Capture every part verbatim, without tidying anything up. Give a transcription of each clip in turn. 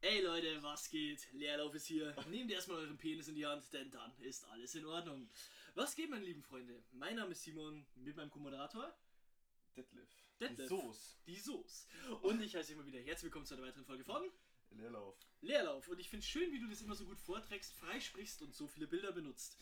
Ey Leute, was geht? Leerlauf ist hier. Nehmt erstmal euren Penis in die Hand, denn dann ist alles in Ordnung. Was geht, meine lieben Freunde? Mein Name ist Simon, mit meinem Co-Moderator Detlef. Detlef. Die Soße. Die Soße. Und ich heiße immer wieder herzlich willkommen zu einer weiteren Folge von Leerlauf. Leerlauf. Und ich finde es schön, wie du das immer so gut vorträgst, freisprichst und so viele Bilder benutzt.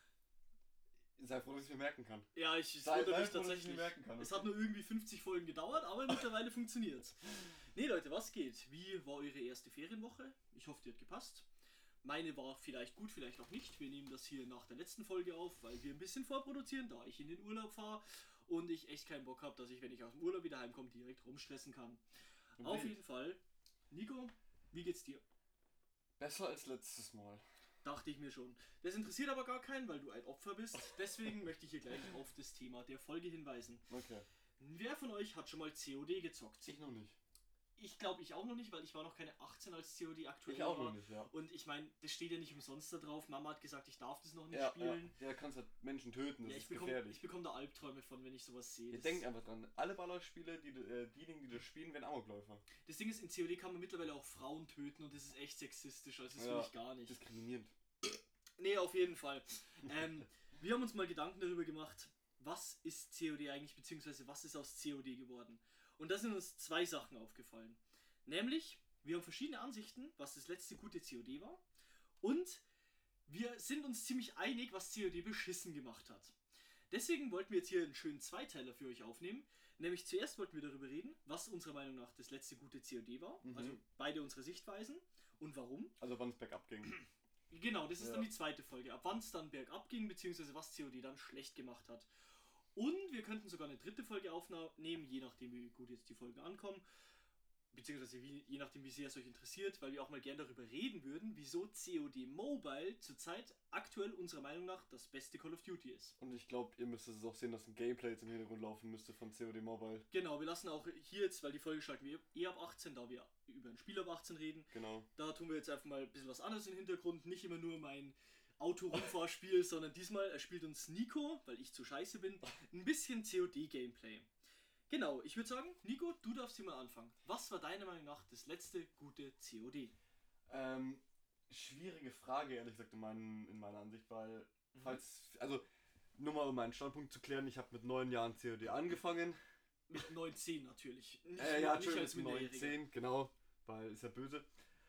Sei froh, dass ich es mir merken kann. Ja, ich es Sei, wundert sei mich froh, dass ich tatsächlich. es mir merken kann. Es hat nur irgendwie fünfzig Folgen gedauert, aber mittlerweile funktioniert's. Nee Leute, was geht? Wie war eure erste Ferienwoche? Ich hoffe, die hat gepasst. Meine war vielleicht gut, vielleicht auch nicht. Wir nehmen das hier nach der letzten Folge auf, weil wir ein bisschen vorproduzieren, da ich in den Urlaub fahre und ich echt keinen Bock habe, dass ich, wenn ich aus dem Urlaub wieder heimkomme, direkt rumstressen kann. Und Auf wie? jeden Fall. Nico, wie geht's dir? Besser als letztes Mal. Dachte ich mir schon. Das interessiert aber gar keinen, weil du ein Opfer bist. Deswegen möchte ich hier gleich auf das Thema der Folge hinweisen. Okay. Wer von euch hat schon mal C O D gezockt? Ich noch nicht. Ich glaube, ich auch noch nicht, weil ich war noch keine achtzehn, als C O D aktuell Ich auch war. noch nicht, ja. Und ich meine, das steht ja nicht umsonst da drauf. Mama hat gesagt, ich darf das noch nicht Ja, spielen. ja. ja, kannst halt Menschen töten, das Ja, ich ist bekomme gefährlich. ich bekomm da Albträume von, wenn ich sowas sehe. Ihr Das, denkt einfach dran, alle Ballerspiele, die, äh, diejenigen, die das spielen, werden Amokläufer. das Ding ist, in C O D kann man mittlerweile auch Frauen töten und das ist echt sexistisch, also das Ja, will ich gar nicht. Diskriminierend. Nee, auf jeden Fall. Ähm, wir haben uns mal Gedanken darüber gemacht, was ist C O D eigentlich, beziehungsweise was ist aus C O D geworden. Und da sind uns zwei Sachen aufgefallen. Nämlich, wir haben verschiedene Ansichten, was das letzte gute C O D war. Und wir sind uns ziemlich einig, was C O D beschissen gemacht hat. Deswegen wollten wir jetzt hier einen schönen Zweiteiler für euch aufnehmen. Nämlich zuerst wollten wir darüber reden, was unserer Meinung nach das letzte gute C O D war. Mhm. Also beide unsere Sichtweisen und warum. Also wann es bergab ging. Genau, das ist Ja. dann die zweite Folge. Ab wann es dann bergab ging, beziehungsweise was C O D dann schlecht gemacht hat. Und wir könnten sogar eine dritte Folge aufnehmen, je nachdem, wie gut jetzt die Folgen ankommen. Beziehungsweise wie, je nachdem, wie sehr es euch interessiert, weil wir auch mal gern darüber reden würden, wieso C O D Mobile zurzeit aktuell unserer Meinung nach das beste Call of Duty ist. Und ich glaube, ihr müsst es auch sehen, dass ein Gameplay jetzt im Hintergrund laufen müsste von C O D Mobile. Genau, wir lassen auch hier jetzt, weil die Folge schalten wir eh ab achtzehn, da wir über ein Spiel ab achtzehn reden. Genau. Da tun wir jetzt einfach mal ein bisschen was anderes im Hintergrund. Nicht immer nur mein Autorundfahrspiel, sondern diesmal erspielt uns Nico, weil ich zu scheiße bin, ein bisschen C O D-Gameplay. Genau, ich würde sagen, Nico, du darfst hier mal anfangen. Was war deiner Meinung nach das letzte gute C O D? Ähm, schwierige Frage, ehrlich gesagt, in, meinen, in meiner Ansicht, weil, falls, also, nur mal um meinen Standpunkt zu klären, ich habe mit neun Jahren C O D angefangen. Mit neunzehn natürlich. Nicht, Äh, ja, nicht Entschuldigung, als mit Minderjähriger. neunzehn, genau, weil ist ja böse.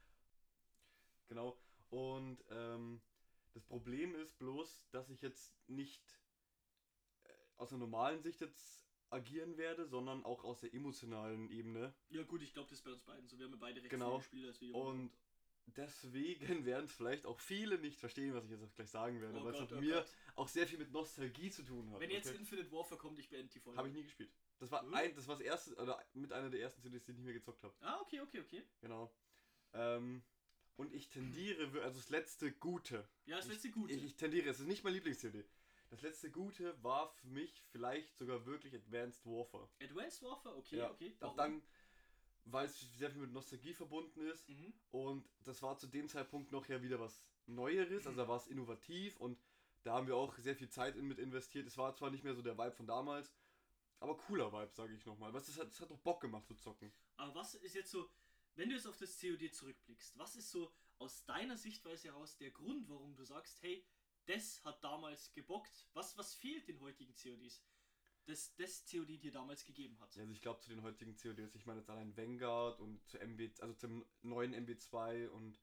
Genau, und ähm, das Problem ist bloß, dass ich jetzt nicht äh, aus der normalen Sicht jetzt agieren werde, sondern auch aus der emotionalen Ebene. Ja gut, ich glaube, das ist bei uns beiden so. Wir haben ja beide recht Genau. viele gespielt, als wir jung waren. Und deswegen werden es vielleicht auch viele nicht verstehen, was ich jetzt auch gleich sagen werde, Oh weil es Gott, mit oh mir Gott. auch sehr viel mit Nostalgie zu tun hat. Wenn jetzt okay? Infinite Warfare kommt, ich beende die Folge. Habe ich nie gespielt. Das war Hm? ein, das war das erste, oder mit einer der ersten C Ds, die ich nicht mehr gezockt habe. Ah, okay, okay, okay. Genau. Ähm, und ich tendiere, wir- also das letzte Gute. Ja, das letzte Gute. Ich, ich tendiere, es ist nicht mein Lieblings-C D. Das letzte Gute war für mich vielleicht sogar wirklich Advanced Warfare. Advanced Warfare? Okay, Ja, okay. auch Warum? dann, weil es sehr viel mit Nostalgie verbunden ist. Mhm. Und das war zu dem Zeitpunkt noch ja wieder was Neueres, also da war es innovativ und da haben wir auch sehr viel Zeit in, mit investiert. Es war zwar nicht mehr so der Vibe von damals, aber cooler Vibe, sage ich nochmal. Was, das hat, das hat doch Bock gemacht zu zocken. Aber was ist jetzt so, wenn du jetzt auf das C O D zurückblickst, was ist so aus deiner Sichtweise heraus der Grund, warum du sagst, hey, das hat damals gebockt? Was, was fehlt den heutigen C O Ds? Das, das C O D dir damals gegeben hat. Also ich glaube zu den heutigen C O Ds, ich meine jetzt allein Vanguard und zu M B, also zum neuen M B zwei und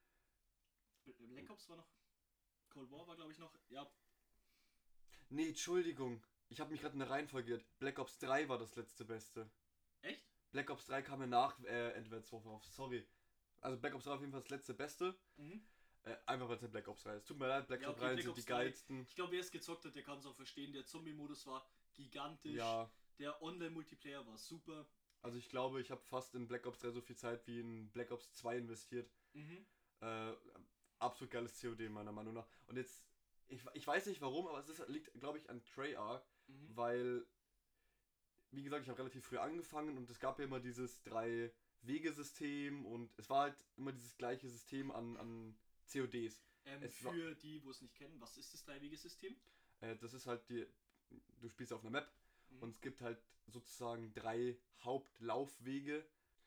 Black Ops war noch, Cold War war glaube ich noch, ja. nee, Entschuldigung, ich habe mich gerade in der Reihenfolge geirrt. Black Ops drei war das letzte Beste. Echt? Black Ops drei kam ja nach äh, Advanced Warfare auf, sorry. Also Black Ops drei auf jeden Fall das letzte Beste. Mhm. Äh, einfach weil es eine Black Ops drei ist. Tut mir leid, Black Ja, Ops okay, drei Black sind Ops die drei. geilsten. Ich glaube, wer es gezockt hat, der kann es auch verstehen. Der Zombie-Modus war gigantisch. Ja, Der Online-Multiplayer war super. also ich glaube, ich habe fast in Black Ops drei so viel Zeit wie in Black Ops zwei investiert. Mhm. Äh, absolut geiles C O D meiner Meinung nach. Und jetzt, ich, ich weiß nicht warum, aber es ist, liegt, glaube ich, an Treyarch, Mhm. weil, wie gesagt, ich habe relativ früh angefangen und es gab ja immer dieses Drei-Wege-System und es war halt immer dieses gleiche System an, an C O Ds. Ähm, Es war- für die, wo es nicht kennen, was ist das Dreiwegesystem? Äh, das ist halt die, du spielst auf einer Map Mhm. und es gibt halt sozusagen drei Hauptlaufwege.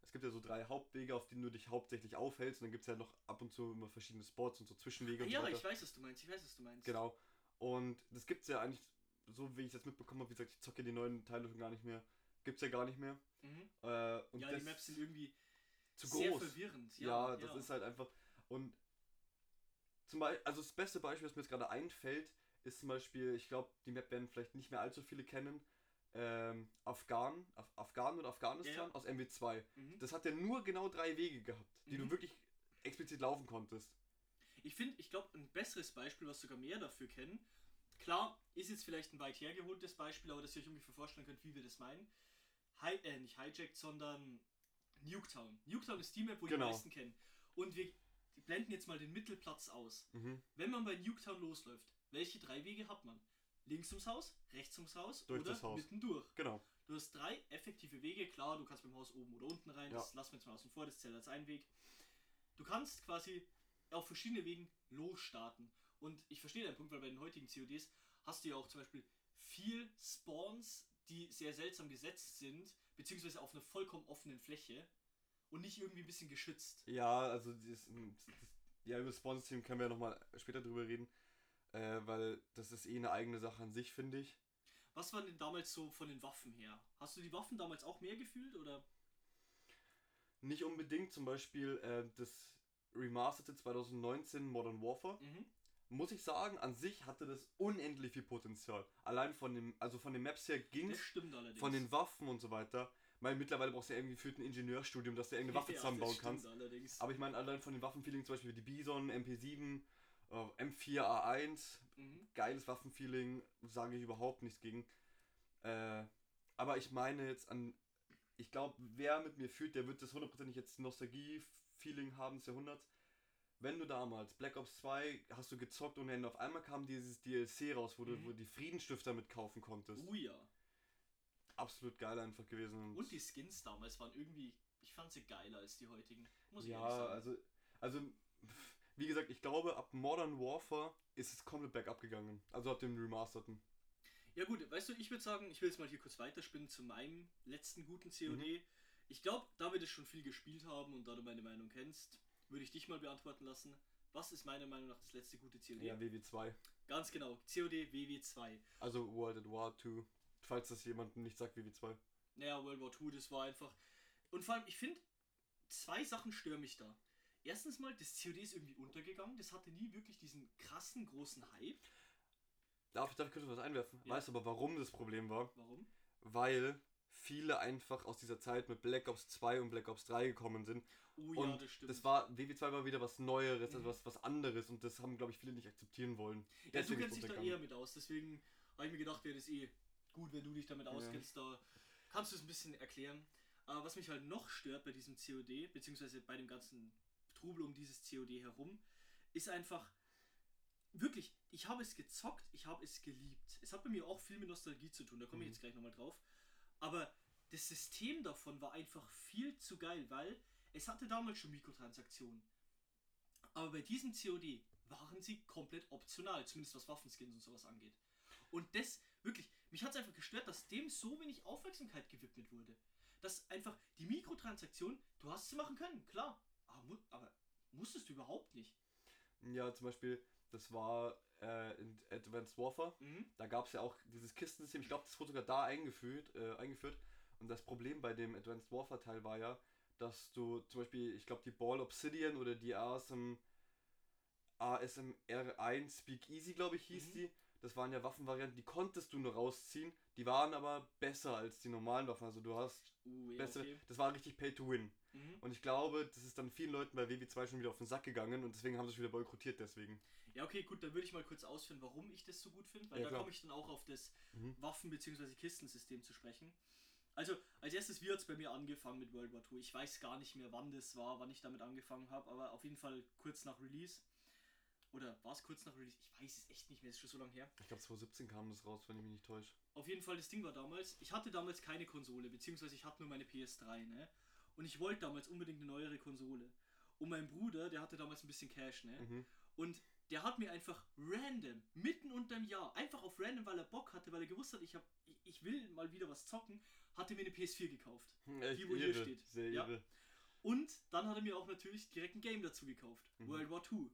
es gibt ja so drei Hauptwege, auf denen du dich hauptsächlich aufhältst. Und dann gibt es ja noch ab und zu immer verschiedene Spots und so Zwischenwege und Ja, so weiter. ich weiß, was du meinst, ich weiß, was du meinst. Genau. Und das gibt's ja eigentlich, so wie ich es jetzt mitbekommen habe, wie gesagt, ich zocke die neuen Teile schon gar nicht mehr. Gibt's ja gar nicht mehr. Mhm. Äh, und Ja, das die Maps sind irgendwie zu sehr groß. verwirrend. Ja, Ja, das ja. ist halt einfach. Und zum Beispiel, also das beste Beispiel, was mir jetzt gerade einfällt, ist zum Beispiel, ich glaube, die Map werden vielleicht nicht mehr allzu viele kennen. Ähm, Afghan, Af Afghan oder Afghanistan Ja. aus M W zwei. Mhm. Das hat ja nur genau drei Wege gehabt, die Mhm. du wirklich explizit laufen konntest. Ich finde, ich glaube, ein besseres Beispiel, was sogar mehr dafür kennen, klar, ist jetzt vielleicht ein weit hergeholtes Beispiel, aber dass ihr euch ungefähr vorstellen könnt, wie wir das meinen. Hi äh, nicht Hijacked, sondern Nuketown. Nuketown ist die Map, wo Genau. die meisten kennen. Und wir blenden jetzt mal den Mittelplatz aus. Mhm. Wenn man bei Nuketown losläuft, welche drei Wege hat man? Links ums Haus, rechts ums Haus Durch oder das Haus. mittendurch. Genau. Du hast drei effektive Wege. Klar, du kannst beim Haus oben oder unten rein. Ja. Das lassen wir jetzt mal außen vor, das zählt als ein Weg. Du kannst quasi auf verschiedene Wegen losstarten. Und ich verstehe deinen Punkt, weil bei den heutigen C O Ds hast du ja auch zum Beispiel viel Spawns, die sehr seltsam gesetzt sind, beziehungsweise auf einer vollkommen offenen Fläche und nicht irgendwie ein bisschen geschützt. Ja, also das, das, ja, über das Spawn-System können wir nochmal später drüber reden, äh, weil das ist eh eine eigene Sache an sich, finde ich. Was war denn damals so von den Waffen her? Hast du die Waffen damals auch mehr gefühlt oder? Nicht unbedingt, zum Beispiel äh, das remasterte zwanzig neunzehn Modern Warfare. Mhm. Muss ich sagen, an sich hatte das unendlich viel Potenzial. Allein von dem, also von den Maps her ging Das es, stimmt allerdings. von den Waffen und so weiter. Ich meine, mittlerweile brauchst du ja irgendwie für ein Ingenieurstudium, dass du irgendeine Waffe Ja, zusammenbauen das stimmt kannst. allerdings. Aber ich meine, allein von den Waffenfeeling, zum Beispiel die Bison, M P sieben, äh, M vier A eins, Mhm. geiles Waffenfeeling, sage ich überhaupt nichts gegen. Äh, aber ich meine jetzt an, ich glaube, wer mit mir fühlt, der wird das hundertprozentig jetzt Nostalgie-Feeling haben des Jahrhunderts. Wenn du damals Black Ops zwei hast du gezockt und dann auf einmal kam dieses D L C raus, wo du Mhm. wo du die Friedensstifter mit kaufen konntest. Oh ja. Absolut geil einfach gewesen. Und die Skins damals waren irgendwie, ich fand sie geiler als die heutigen. Muss ich ja, ehrlich sagen. also, also, pff, wie gesagt, ich glaube, ab Modern Warfare ist es komplett bergab gegangen. Also ab dem Remasterten. Ja gut, weißt du, ich würde sagen, ich will jetzt mal hier kurz weiterspinnen zu meinem letzten guten C O D. Mhm. Ich glaube, da wir das schon viel gespielt haben und da du meine Meinung kennst, würde ich dich mal beantworten lassen. Was ist meiner Meinung nach das letzte gute C O D? Ja, W W zwei. Ganz genau, C O D W W zwei. Also World at War zwei. Falls das jemandem nicht sagt, W W zwei. Naja, World War zwei, das war einfach... Und vor allem, ich finde, zwei Sachen stören mich da. Erstens mal, das C O D ist irgendwie untergegangen. Das hatte nie wirklich diesen krassen, großen Hype. Darf, darf ich kurz was einwerfen? Ja. Weißt du aber, warum das Problem war? Warum? Weil viele einfach aus dieser Zeit mit Black Ops zwei und Black Ops drei gekommen sind. Oh ja, Und das stimmt. das war, W W zwei war wieder was Neueres, Mhm. also was, was anderes und das haben, glaube ich, viele nicht akzeptieren wollen. Ja, du Deswegen kennst ist dich da runtergegangen. eher mit aus, deswegen habe ich mir gedacht, wäre das eh gut, wenn du dich damit Ja. auskennst. Da kannst du es ein bisschen erklären. Aber was mich halt noch stört bei diesem C O D, beziehungsweise bei dem ganzen Trubel um dieses C O D herum, ist einfach, wirklich, ich habe es gezockt, ich habe es geliebt. Es hat bei mir auch viel mit Nostalgie zu tun, da komme ich Mhm. jetzt gleich nochmal drauf. Aber das System davon war einfach viel zu geil, weil es hatte damals schon Mikrotransaktionen. Aber bei diesem C O D waren sie komplett optional, zumindest was Waffenskins und sowas angeht. Und das, wirklich, mich hat es einfach gestört, dass dem so wenig Aufmerksamkeit gewidmet wurde. Dass einfach die Mikrotransaktion, du hast sie machen können, klar, aber, mu aber musstest du überhaupt nicht. Ja, zum Beispiel, das war äh, in Advanced Warfare. Mhm. Da gab es ja auch dieses Kistensystem, ich glaube, das wurde sogar da eingeführt, äh, eingeführt. Und das Problem bei dem Advanced Warfare Teil war ja, dass du zum Beispiel, ich glaube, die Ball Obsidian oder die A S M, A S M R eins Speak Easy, glaube ich, hieß Mhm. die. Das waren ja Waffenvarianten, die konntest du nur rausziehen. Die waren aber besser als die normalen Waffen. Also du hast Uh, ja, bessere. okay. Das war richtig Pay to Win. Mhm. Und ich glaube, das ist dann vielen Leuten bei W W zwei schon wieder auf den Sack gegangen und deswegen haben sie es wieder boykottiert deswegen. Ja, okay, gut, dann würde ich mal kurz ausführen, warum ich das so gut finde, weil Ja, da klar. komme ich dann auch auf das Mhm. Waffen- bzw. Kistensystem zu sprechen. Also, als erstes, wie hat es bei mir angefangen mit World War zwei? Ich weiß gar nicht mehr, wann das war, wann ich damit angefangen habe, aber auf jeden Fall kurz nach Release. Oder war es kurz nach Release? Ich weiß es echt nicht mehr, ist schon so lange her. Ich glaube zwanzig siebzehn kam das raus, wenn ich mich nicht täusche. Auf jeden Fall, das Ding war damals, ich hatte damals keine Konsole, beziehungsweise ich hatte nur meine P S drei, ne? Und ich wollte damals unbedingt eine neuere Konsole. Und mein Bruder, der hatte damals ein bisschen Cash, ne? Mhm. Und der hat mir einfach random, mitten unterm Jahr, einfach auf random, weil er Bock hatte, weil er gewusst hat, ich, hab, ich, ich will mal wieder was zocken, hat er mir eine P S vier gekauft. Echt die, wo irre, hier steht. Sehr ja. irre. Und dann hat er mir auch natürlich direkt ein Game dazu gekauft. Mhm. World War zwei.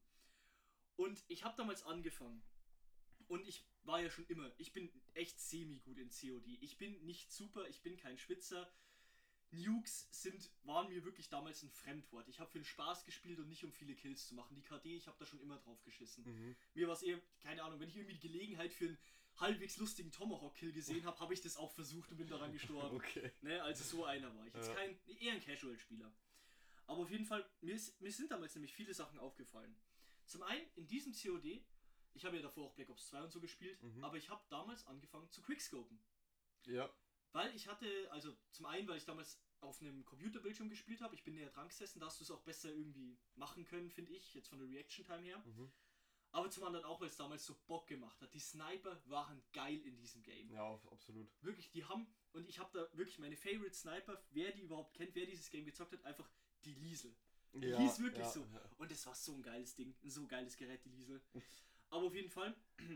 Und ich habe damals angefangen. Und ich war ja schon immer, ich bin echt semi-gut in C O D. Ich bin nicht super, ich bin kein Schwitzer. Nukes sind, waren mir wirklich damals ein Fremdwort. Ich habe für den Spaß gespielt und nicht um viele Kills zu machen. Die K D, ich habe da schon immer drauf geschissen. Mhm. Mir war es eher, keine Ahnung, wenn ich irgendwie die Gelegenheit für einen halbwegs lustigen Tomahawk-Kill gesehen habe, habe ich das auch versucht und bin daran gestorben. Okay. Ne, also so einer war ich. Jetzt ja. kein, eher ein Casual-Spieler. Aber auf jeden Fall, mir, ist, mir sind damals nämlich viele Sachen aufgefallen. Zum einen, in diesem C O D, ich habe ja davor auch Black Ops zwei und so gespielt, mhm. aber ich habe damals angefangen zu quickscopen. Ja. Weil ich hatte, also zum einen, weil ich damals auf einem Computerbildschirm gespielt habe, ich bin näher dran gesessen, da hast du es auch besser irgendwie machen können, finde ich, jetzt von der Reaction-Time her. Mhm. Aber zum anderen auch, weil es damals so Bock gemacht hat. Die Sniper waren geil in diesem Game. Ja, absolut. Wirklich, die haben, und ich habe da wirklich meine Favorite Sniper, wer die überhaupt kennt, wer dieses Game gezockt hat, einfach die Liesel. Die ja, hieß wirklich ja, so. Ja. Und das war so ein geiles Ding, ein so geiles Gerät, die Liesel. Aber auf jeden Fall,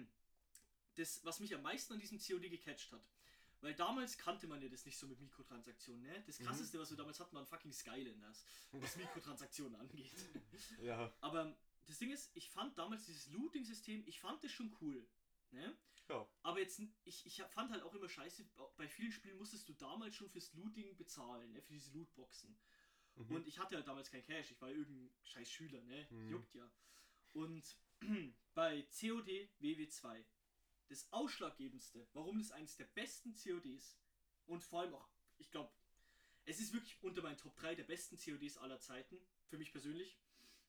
das, was mich am meisten an diesem C O D gecatcht hat, weil damals kannte man ja das nicht so mit Mikrotransaktionen, ne? Das krasseste, mhm. was wir damals hatten, waren fucking Skylanders, was Mikrotransaktionen angeht. Ja. Aber das Ding ist, ich fand damals dieses Looting-System, ich fand das schon cool, ne? Ja. Aber jetzt, ich, ich fand halt auch immer scheiße, bei vielen Spielen musstest du damals schon fürs Looting bezahlen, ne? Für diese Lootboxen. Mhm. Und ich hatte halt damals kein Cash, ich war irgendein scheiß Schüler, ne? Mhm. Juckt ja. Und bei C O D W W zwei, das Ausschlaggebendste, warum das eines der besten C O Ds und vor allem auch, ich glaube, es ist wirklich unter meinen Top drei der besten C O Ds aller Zeiten, für mich persönlich,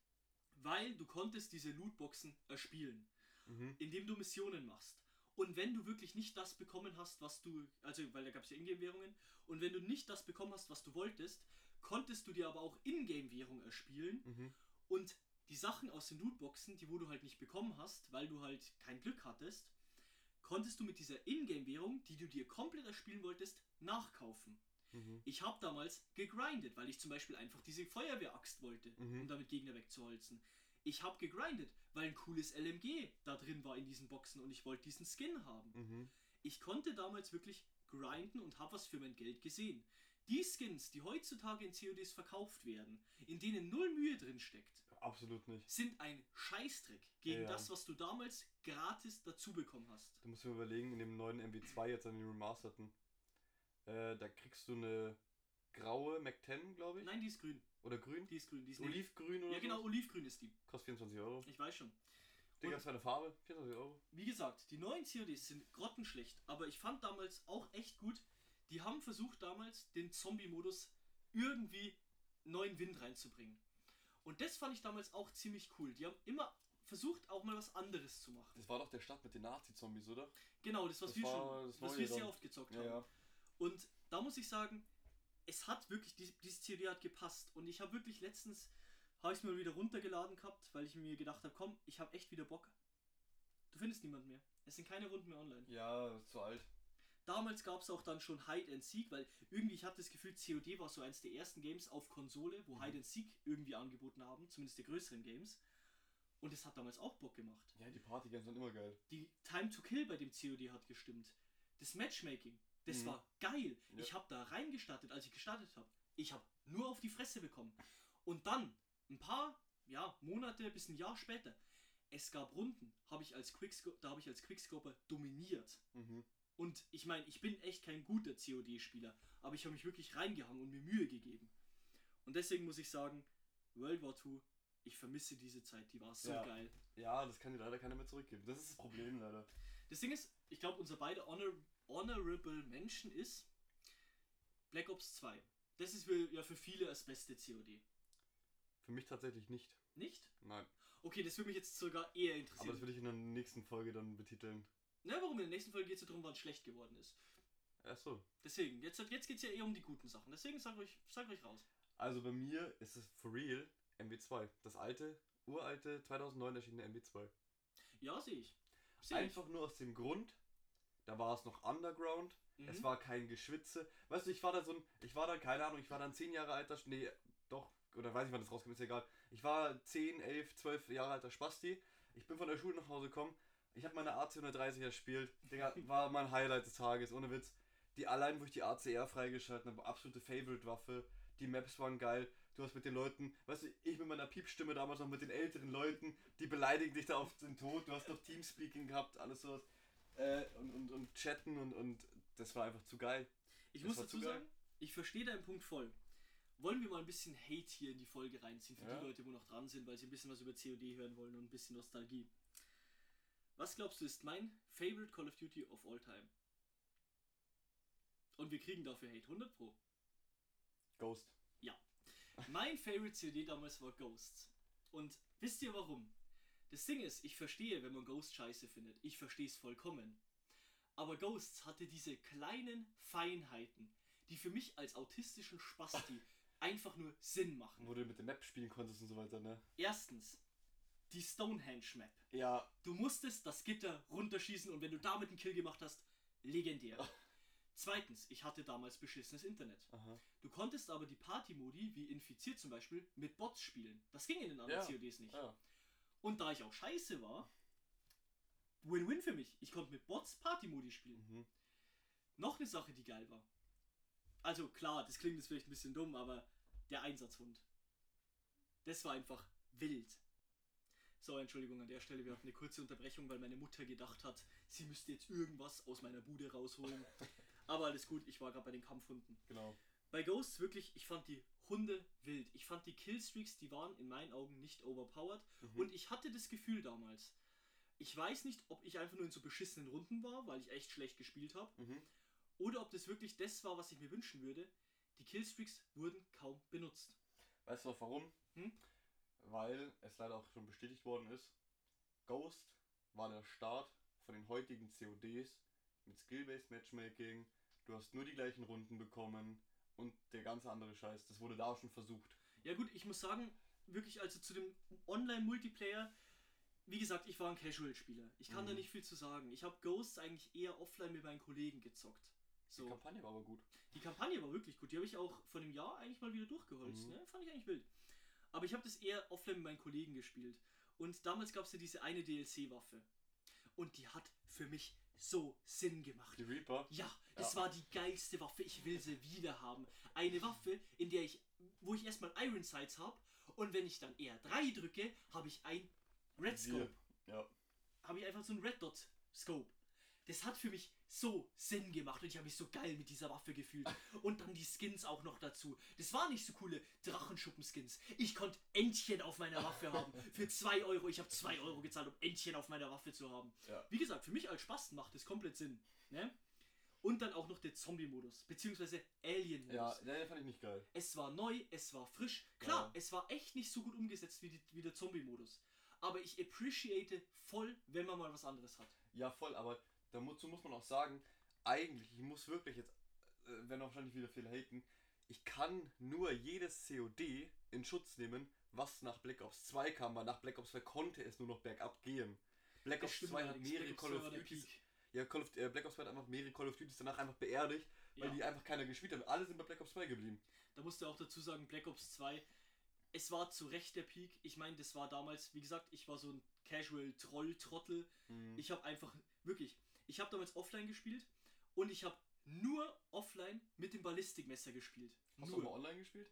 weil du konntest diese Lootboxen erspielen, mhm. indem du Missionen machst. Und wenn du wirklich nicht das bekommen hast, was du, also weil da gab es ja Ingame-Währungen, und wenn du nicht das bekommen hast, was du wolltest, konntest du dir aber auch Ingame-Währung erspielen mhm. und die Sachen aus den Lootboxen, die wo du halt nicht bekommen hast, weil du halt kein Glück hattest, konntest du mit dieser Ingame-Währung, die du dir komplett erspielen wolltest, nachkaufen. Mhm. Ich habe damals gegrindet, weil ich zum Beispiel einfach diese Feuerwehraxt wollte, mhm. um damit Gegner wegzuholzen. Ich habe gegrindet, weil ein cooles L M G da drin war in diesen Boxen und ich wollte diesen Skin haben. Mhm. Ich konnte damals wirklich grinden und habe was für mein Geld gesehen. Die Skins, die heutzutage in C O Ds verkauft werden, in denen null Mühe drin steckt, absolut nicht, sind ein Scheißdreck gegen ja, ja. das, was du damals gratis dazu bekommen hast. Du musst dir überlegen, in dem neuen M W zwei, jetzt an den Remasterten, äh, da kriegst du eine graue Mac zehn, glaube ich. Nein, die ist grün. Oder grün? Die ist grün. Die ist Olivgrün oder Ja, genau, so? Olivgrün ist die. Kostet vierundzwanzig Euro. Ich weiß schon. Digga, hast du eine Farbe? vierundzwanzig Euro. Wie gesagt, die neuen C O Ds sind grottenschlecht, aber ich fand damals auch echt gut, die haben versucht damals, den Zombie-Modus irgendwie neuen Wind reinzubringen. Und das fand ich damals auch ziemlich cool. Die haben immer versucht, auch mal was anderes zu machen. Das war doch der Start mit den Nazi-Zombies, oder? Genau, das, was das wir schon, das was wir sehr oft gezockt ja, haben. Ja. Und da muss ich sagen, es hat wirklich, dieses C O D hat gepasst. Und ich habe wirklich letztens, habe ich es mir wieder runtergeladen gehabt, weil ich mir gedacht habe, komm, ich habe echt wieder Bock. Du findest niemanden mehr. Es sind keine Runden mehr online. Ja, zu alt. Damals gab es auch dann schon Hide and Seek, weil irgendwie, ich hatte das Gefühl, C O D war so eins der ersten Games auf Konsole, wo mhm. Hide and Seek irgendwie angeboten haben, zumindest der größeren Games. Und es hat damals auch Bock gemacht. Ja, die Party-Games sind immer geil. Die Time to Kill bei dem C O D hat gestimmt. Das Matchmaking, das mhm. war geil. Ja. Ich habe da reingestartet, als ich gestartet habe. Ich habe nur auf die Fresse bekommen. Und dann, ein paar ja, Monate bis ein Jahr später, es gab Runden, hab ich als Quickscope, da habe ich als Quickscoper dominiert. Mhm. Und ich meine, ich bin echt kein guter C O D-Spieler, aber ich habe mich wirklich reingehangen und mir Mühe gegeben. Und deswegen muss ich sagen, World War zwei, ich vermisse diese Zeit, die war so ja. geil. Ja, das kann dir leider keiner mehr zurückgeben. Das ist das Problem leider. Das Ding ist, ich glaube, unser beide Honor Honorable Menschen ist Black Ops zwei. Das ist für, ja für viele das beste C O D. Für mich tatsächlich nicht. Nicht? Nein. Okay, das würde mich jetzt sogar eher interessieren. Aber das würde ich in der nächsten Folge dann betiteln. Na, warum? In der nächsten Folge geht es ja darum, wann es schlecht geworden ist. Ach so. Deswegen, jetzt, jetzt geht es ja eher um die guten Sachen. Deswegen sag euch, sag euch raus. Also bei mir ist es for real M W zwei. Das alte, uralte, zweitausendneun erschienene M W zwei. Ja, sehe ich. Seh Einfach ich. nur aus dem Grund, da war es noch Underground. Mhm. Es war kein Geschwitze. Weißt du, ich war da so ein, ich war da, keine Ahnung, ich war dann zehn Jahre alter, nee, doch, oder weiß ich, wann das rauskommt, ist egal. Ich war zehn, elf, zwölf Jahre alter Spasti. Ich bin von der Schule nach Hause gekommen, ich habe meine A C hundertdreißig erspielt. Digga, war mein Highlight des Tages, ohne Witz. Die allein, wo ich die A C R freigeschalten habe, absolute Favorite-Waffe. Die Maps waren geil. Du hast mit den Leuten, weißt du, ich mit meiner Piepstimme damals noch mit den älteren Leuten, die beleidigen dich da auf den Tod. Du hast noch Teamspeaking gehabt, alles sowas. Äh, und, und, und chatten und, und das war einfach zu geil. Ich das muss dazu sagen, ich verstehe deinen Punkt voll. Wollen wir mal ein bisschen Hate hier in die Folge reinziehen für ja. die Leute, wo noch dran sind, weil sie ein bisschen was über C O D hören wollen und ein bisschen Nostalgie. Was glaubst du ist mein favorite Call of Duty of all time? Und wir kriegen dafür Hate, hundert Pro. Ghost. Ja. Mein favorite C O D damals war Ghosts. Und wisst ihr warum? Das Ding ist, ich verstehe, wenn man Ghost scheiße findet. Ich verstehe es vollkommen. Aber Ghosts hatte diese kleinen Feinheiten, die für mich als autistischen Spasti einfach nur Sinn machen. Wo du mit der Map spielen konntest und so weiter, ne? Erstens, die Stonehenge-Map. Ja. Du musstest das Gitter runterschießen und wenn du damit einen Kill gemacht hast, legendär. Zweitens, ich hatte damals beschissenes Internet. Aha. Du konntest aber die Party-Modi, wie Infiziert zum Beispiel, mit Bots spielen. Das ging in den anderen ja. C O Ds nicht. Ja. Und da ich auch scheiße war, Win-Win für mich. Ich konnte mit Bots Party-Modi spielen. Mhm. Noch eine Sache, die geil war. Also klar, das klingt jetzt vielleicht ein bisschen dumm, aber der Einsatzhund. Das war einfach wild. So, Entschuldigung an der Stelle, wir hatten eine kurze Unterbrechung, weil meine Mutter gedacht hat, sie müsste jetzt irgendwas aus meiner Bude rausholen. Aber alles gut, ich war gerade bei den Kampfhunden. Genau. Bei Ghosts wirklich, ich fand die Hunde wild. Ich fand die Killstreaks, die waren in meinen Augen nicht overpowered. Mhm. Und ich hatte das Gefühl damals, ich weiß nicht, ob ich einfach nur in so beschissenen Runden war, weil ich echt schlecht gespielt habe. Mhm. Oder ob das wirklich das war, was ich mir wünschen würde. Die Killstreaks wurden kaum benutzt. Weißt du auch warum? Hm? Weil es leider auch schon bestätigt worden ist, Ghost war der Start von den heutigen C O Ds mit Skill-Based Matchmaking. Du hast nur die gleichen Runden bekommen und der ganze andere Scheiß. Das wurde da auch schon versucht. Ja gut, ich muss sagen, wirklich also zu dem Online-Multiplayer, wie gesagt, ich war ein Casual-Spieler. Ich kann mhm. da nicht viel zu sagen. Ich habe Ghosts eigentlich eher offline mit meinen Kollegen gezockt. So. Die Kampagne war aber gut. Die Kampagne war wirklich gut. Die habe ich auch vor einem Jahr eigentlich mal wieder durchgeholzt. Mhm. Ne? Fand ich eigentlich wild. Aber ich habe das eher offline mit meinen Kollegen gespielt. Und damals gab es ja diese eine D L C-Waffe. Und die hat für mich so Sinn gemacht. Die Reaper? Ja, das ja. war die geilste Waffe. Ich will sie wieder haben. Eine Waffe, in der ich, wo ich erstmal Iron Sights habe. Und wenn ich dann R drei drücke, habe ich ein Red Scope. Ja. Habe ich einfach so ein Red Dot Scope. Das hat für mich so Sinn gemacht und ich habe mich so geil mit dieser Waffe gefühlt. Und dann die Skins auch noch dazu. Das waren nicht so coole Drachenschuppen-Skins. Ich konnte Entchen auf meiner Waffe haben. Für zwei Euro. Ich habe zwei Euro gezahlt, um Entchen auf meiner Waffe zu haben. Ja. Wie gesagt, für mich als Spasten macht das komplett Sinn. Ne? Und dann auch noch der Zombie-Modus. Beziehungsweise Alien-Modus. Ja, den fand ich nicht geil. Es war neu, es war frisch. Klar, ja. es war echt nicht so gut umgesetzt wie, die, wie der Zombie-Modus. Aber ich appreciate voll, wenn man mal was anderes hat. Ja, voll, aber dazu muss man auch sagen, eigentlich, ich muss wirklich jetzt, äh, werden wahrscheinlich wieder viele haten, ich kann nur jedes C O D in Schutz nehmen, was nach Black Ops zwei kam, weil nach Black Ops zwei konnte es nur noch bergab gehen. Black Ops zwei hat mehrere Call of Duty. Ja, Call of, äh, Black Ops zwei hat einfach mehrere Call of Duties danach einfach beerdigt, weil ja. die einfach keiner gespielt haben. Alle sind bei Black Ops zwei geblieben. Da musst du auch dazu sagen, Black Ops zwei, es war zu Recht der Peak. Ich meine, das war damals, wie gesagt, ich war so ein Casual-Troll-Trottel. Mhm. Ich habe einfach, wirklich, ich habe damals offline gespielt und ich habe nur offline mit dem Ballistikmesser gespielt. Hast nur. du mal online gespielt?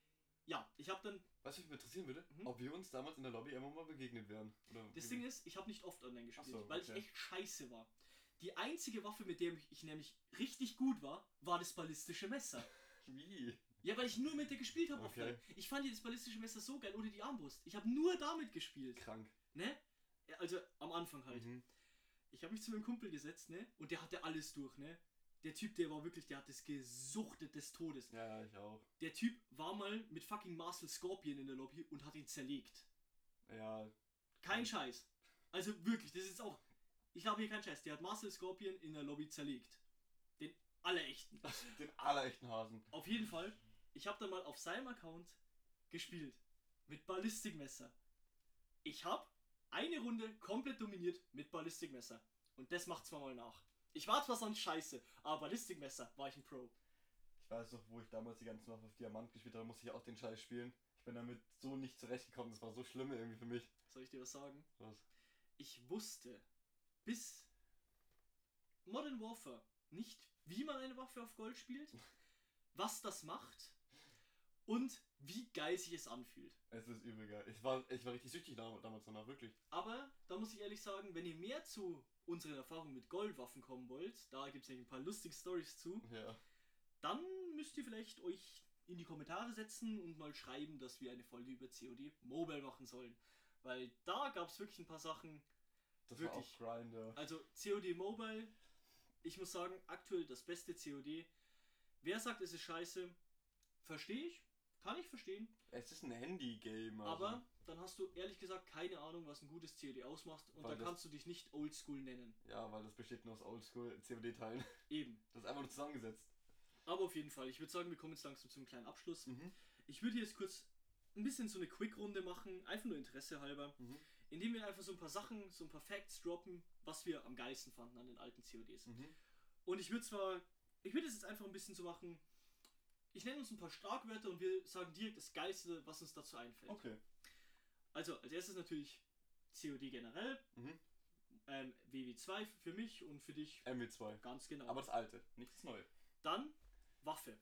Ja, ich habe dann... Was mich interessieren würde, mhm. ob wir uns damals in der Lobby immer mal begegnet wären. Oder das Ding ist, ich habe nicht oft online gespielt, so, weil okay. ich echt scheiße war. Die einzige Waffe, mit der ich nämlich richtig gut war, war das ballistische Messer. Wie? Ja, weil ich nur mit der gespielt habe okay. offline. Ich fand das ballistische Messer so geil, oder die Armbrust. Ich habe nur damit gespielt. Krank. Ne? Also am Anfang halt. Mhm. Ich habe mich zu meinem Kumpel gesetzt, ne? Und der hatte alles durch, ne? Der Typ, der war wirklich, der hat das gesuchtet des Todes. Ja, ich auch. Der Typ war mal mit fucking Marcel Scorpion in der Lobby und hat ihn zerlegt. Ja. Kein Scheiß. Also wirklich, das ist auch, ich glaube hier kein Scheiß. Der hat Marcel Scorpion in der Lobby zerlegt. Den allerechten. Den allerechten Hasen. Auf jeden Fall, ich habe dann mal auf seinem Account gespielt. Mit Ballistikmesser. Ich habe eine Runde komplett dominiert mit Ballistikmesser. Und das macht zwar mal nach. Ich war zwar sonst scheiße, aber Ballistikmesser war ich ein Pro. Ich weiß noch, wo ich damals die ganze Nacht auf Diamant gespielt habe, musste ich auch den Scheiß spielen. Ich bin damit so nicht zurechtgekommen, das war so schlimm irgendwie für mich. Soll ich dir was sagen? Was? ich wusste bis Modern Warfare nicht, wie man eine Waffe auf Gold spielt, was das macht und wie geil sich es anfühlt. Es ist übel geil. Ich war, ich war richtig süchtig damals danach, wirklich. Aber da muss ich ehrlich sagen, wenn ihr mehr zu unseren Erfahrungen mit Goldwaffen kommen wollt, da gibt es nämlich ein paar lustige Storys zu, Ja. dann müsst ihr vielleicht euch in die Kommentare setzen und mal schreiben, dass wir eine Folge über C O D Mobile machen sollen. Weil da gab es wirklich ein paar Sachen. Das wirklich. war auch Grind, ja. Also C O D Mobile, ich muss sagen, aktuell das beste C O D. Wer sagt, es ist scheiße, verstehe ich, kann ich verstehen. Es ist ein Handy-Game. Also. Aber dann hast du ehrlich gesagt keine Ahnung, was ein gutes C O D ausmacht und Weil da kannst du dich nicht Oldschool nennen. Ja, weil das besteht nur aus Oldschool-C O D-Teilen. Eben. Das ist einfach nur zusammengesetzt. Aber auf jeden Fall, ich würde sagen, wir kommen jetzt langsam zum kleinen Abschluss. Mhm. Ich würde jetzt kurz ein bisschen so eine Quick-Runde machen, einfach nur Interesse halber, Mhm. indem wir einfach so ein paar Sachen, so ein paar Facts droppen, was wir am geilsten fanden an den alten C O Ds. Mhm. Und ich würde zwar, ich würde es jetzt einfach ein bisschen so machen, ich nenne uns ein paar Starkwörter und wir sagen direkt das Geilste, was uns dazu einfällt. Okay. Also, als erstes natürlich C O D generell, Mhm. ähm, W W zwei für mich und für dich M W zwei. ganz genau. Aber das alte, nicht das neue. Dann Waffe.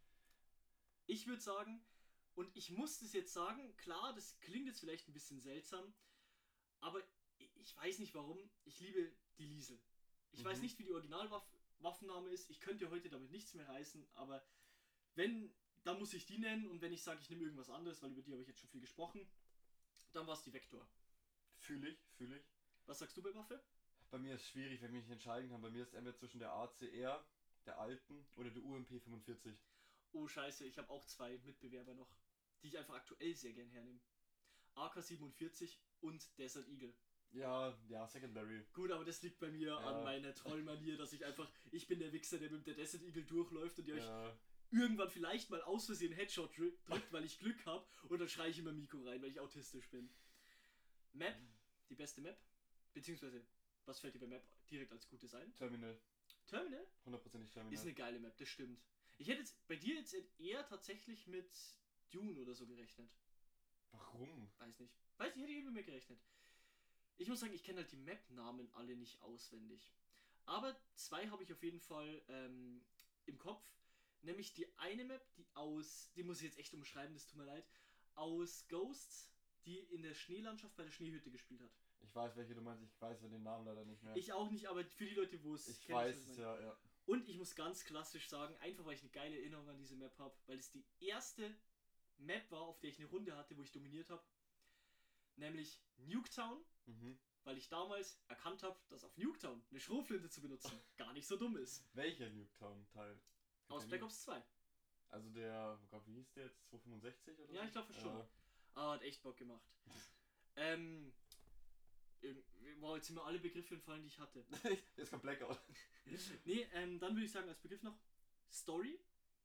Ich würde sagen, und ich muss das jetzt sagen, klar, das klingt jetzt vielleicht ein bisschen seltsam, aber ich weiß nicht warum, ich liebe die Liesel. Ich Mhm. weiß nicht, wie die Originalwaffenname ist, ich könnte heute damit nichts mehr reißen, aber wenn, dann muss ich die nennen und wenn ich sage, ich nehme irgendwas anderes, weil über die habe ich jetzt schon viel gesprochen, dann war es die Vector. Fühle ich, fühle ich. Was sagst du bei Waffe? Bei mir ist es schwierig, wenn ich mich nicht entscheiden kann. Bei mir ist es entweder zwischen der A C R, der alten, oder der U M P fünfundvierzig. Oh scheiße, ich habe auch zwei Mitbewerber noch, die ich einfach aktuell sehr gern hernehme. A K siebenundvierzig und Desert Eagle. Ja, ja, Secondary. Gut, aber das liegt bei mir Ja. an meiner Trollmanier, dass ich einfach, ich bin der Wichser, der mit der Desert Eagle durchläuft und die euch Ja, irgendwann vielleicht mal aus Versehen Headshot drü- drückt, weil ich Glück habe und dann schreie ich immer Miko rein, weil ich autistisch bin. Map, die beste Map, beziehungsweise, was fällt dir bei Map direkt als Gutes ein? Terminal. Terminal? Hundertprozentig Terminal. Ist eine geile Map, das stimmt. Ich hätte jetzt bei dir jetzt eher tatsächlich mit Dune oder so gerechnet. Warum? Weiß nicht. Weiß nicht, hätte ich irgendwie mit gerechnet. Ich muss sagen, ich kenne halt die Map-Namen alle nicht auswendig. Aber zwei habe ich auf jeden Fall ähm, im Kopf. Nämlich die eine Map, die aus, die muss ich jetzt echt umschreiben, das tut mir leid, aus Ghosts, die in der Schneelandschaft bei der Schneehütte gespielt hat. Ich weiß, welche du meinst, ich weiß den Namen leider nicht mehr. Ich auch nicht, aber für die Leute, wo es ich kennen, weiß was ich es, meine. ja, ja. Und ich muss ganz klassisch sagen, einfach weil ich eine geile Erinnerung an diese Map habe, weil es die erste Map war, auf der ich eine Runde hatte, wo ich dominiert habe. Nämlich Nuketown, Mhm. weil ich damals erkannt habe, dass auf Nuketown eine Schrotflinte zu benutzen gar nicht so dumm ist. Welcher Nuketown-Teil? Aus Black Ops zwei. Also der, oh Gott, wie hieß der jetzt? zweihundertfünfundsechzig oder so? Ja, ich glaube schon. Ja. Ah, hat echt Bock gemacht. ähm. irg- Wow, jetzt sind mir alle Begriffe entfallen, die ich hatte. Jetzt kommt Blackout. Nee, ähm, dann würde ich sagen, als Begriff noch Story.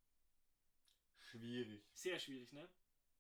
Schwierig. Sehr schwierig, ne?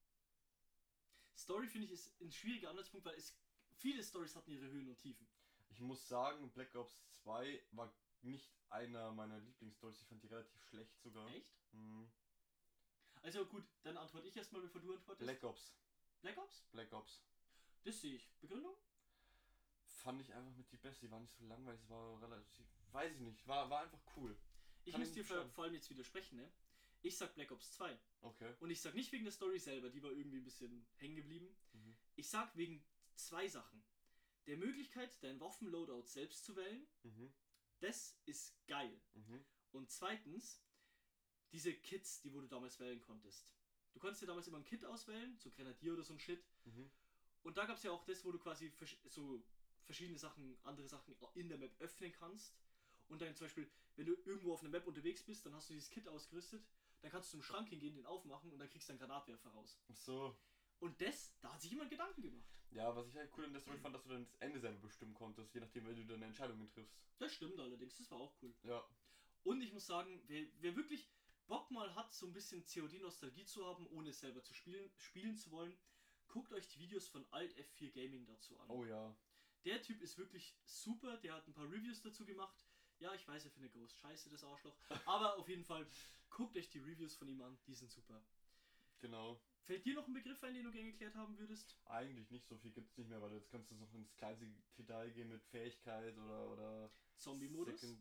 Story finde ich ist ein schwieriger Anhaltspunkt, weil es viele Stories hatten ihre Höhen und Tiefen. Ich muss sagen, Black Ops zwei war nicht einer meiner Lieblingsstories. Ich fand die relativ schlecht sogar. Echt? Mhm. Also gut, dann antworte ich erstmal, bevor du antwortest. Black Ops. Black Ops? Black Ops. Das sehe ich. Begründung? Fand ich einfach mit die beste. Die war nicht so langweilig. Es war relativ. Weiß ich nicht. War, war einfach cool. Ich Kann muss ich dir nicht vor, sagen. vor allem jetzt widersprechen, ne? Ich sag Black Ops zwei. Okay. Und ich sag nicht wegen der Story selber, die war irgendwie ein bisschen hängen geblieben. Mhm. Ich sag wegen zwei Sachen. Der Möglichkeit, dein Waffenloadout selbst zu wählen, Mhm. das ist geil. Mhm. Und zweitens, diese Kits, die wo du damals wählen konntest. Du konntest dir damals immer ein Kit auswählen, so Grenadier oder so ein Shit. Mhm. Und da gab es ja auch das, wo du quasi versch- so verschiedene Sachen, andere Sachen in der Map öffnen kannst. Und dann zum Beispiel, wenn du irgendwo auf einer Map unterwegs bist, dann hast du dieses Kit ausgerüstet, dann kannst du zum Schrank hingehen, den aufmachen und dann kriegst du einen Granatwerfer raus. Ach so. Und das, da hat sich jemand Gedanken gemacht. Ja, was ich halt cool in der Story fand, dass du dann das Ende selber bestimmen konntest, je nachdem, wenn du deine Entscheidungen triffst. Das stimmt allerdings, das war auch cool. Ja. Und ich muss sagen, wer, wer wirklich Bock mal hat, so ein bisschen C O D-Nostalgie zu haben, ohne es selber zu spielen, spielen zu wollen, guckt euch die Videos von Alt F vier Gaming dazu an. Oh ja. Der Typ ist wirklich super, der hat ein paar Reviews dazu gemacht. Ja, ich weiß, er findet Ghost scheiße, das Arschloch. Aber auf jeden Fall, guckt euch die Reviews von ihm an, die sind super. Genau. Fällt dir noch ein Begriff ein, den du gerne geklärt haben würdest? Eigentlich nicht, so viel gibt es nicht mehr, weil jetzt kannst du noch ins kleinste Detail gehen mit Fähigkeit oder... oder Zombie-Modus? Second-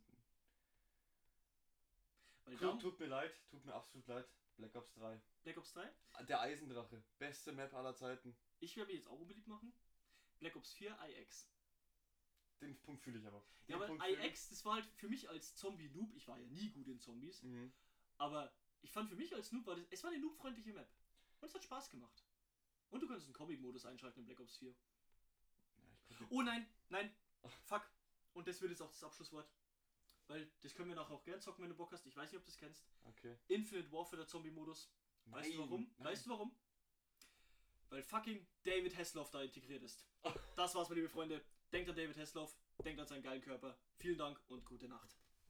Weil da, Tut, tut mir leid, tut mir absolut leid. Black Ops drei. Black Ops drei? Der Eisendrache. Beste Map aller Zeiten. Ich werde mich jetzt auch unbeliebt machen. Black Ops vier I X. Den Punkt fühle ich aber. Den Ja, aber Punkt fühl ich. I X, das war halt für mich als Zombie-Noob, ich war ja nie gut in Zombies, Mhm. aber ich fand für mich als Noob, war das, es war eine Noob-freundliche Map. Und es hat Spaß gemacht. Und du kannst einen Comic-Modus einschalten in Black Ops vier. Ja, ich konnte- Oh nein, nein, fuck. Und das wird jetzt auch das Abschlusswort. Weil das können wir nachher auch gern zocken, wenn du Bock hast. Ich weiß nicht, ob du das kennst. Okay. Infinite Warfare, der Zombie-Modus. Weißt du Nein, warum? nein. Weißt du warum? Weil fucking David Hasselhoff da integriert ist. Das war's, meine liebe Freunde. Denkt an David Hasselhoff, denkt an seinen geilen Körper. Vielen Dank und gute Nacht.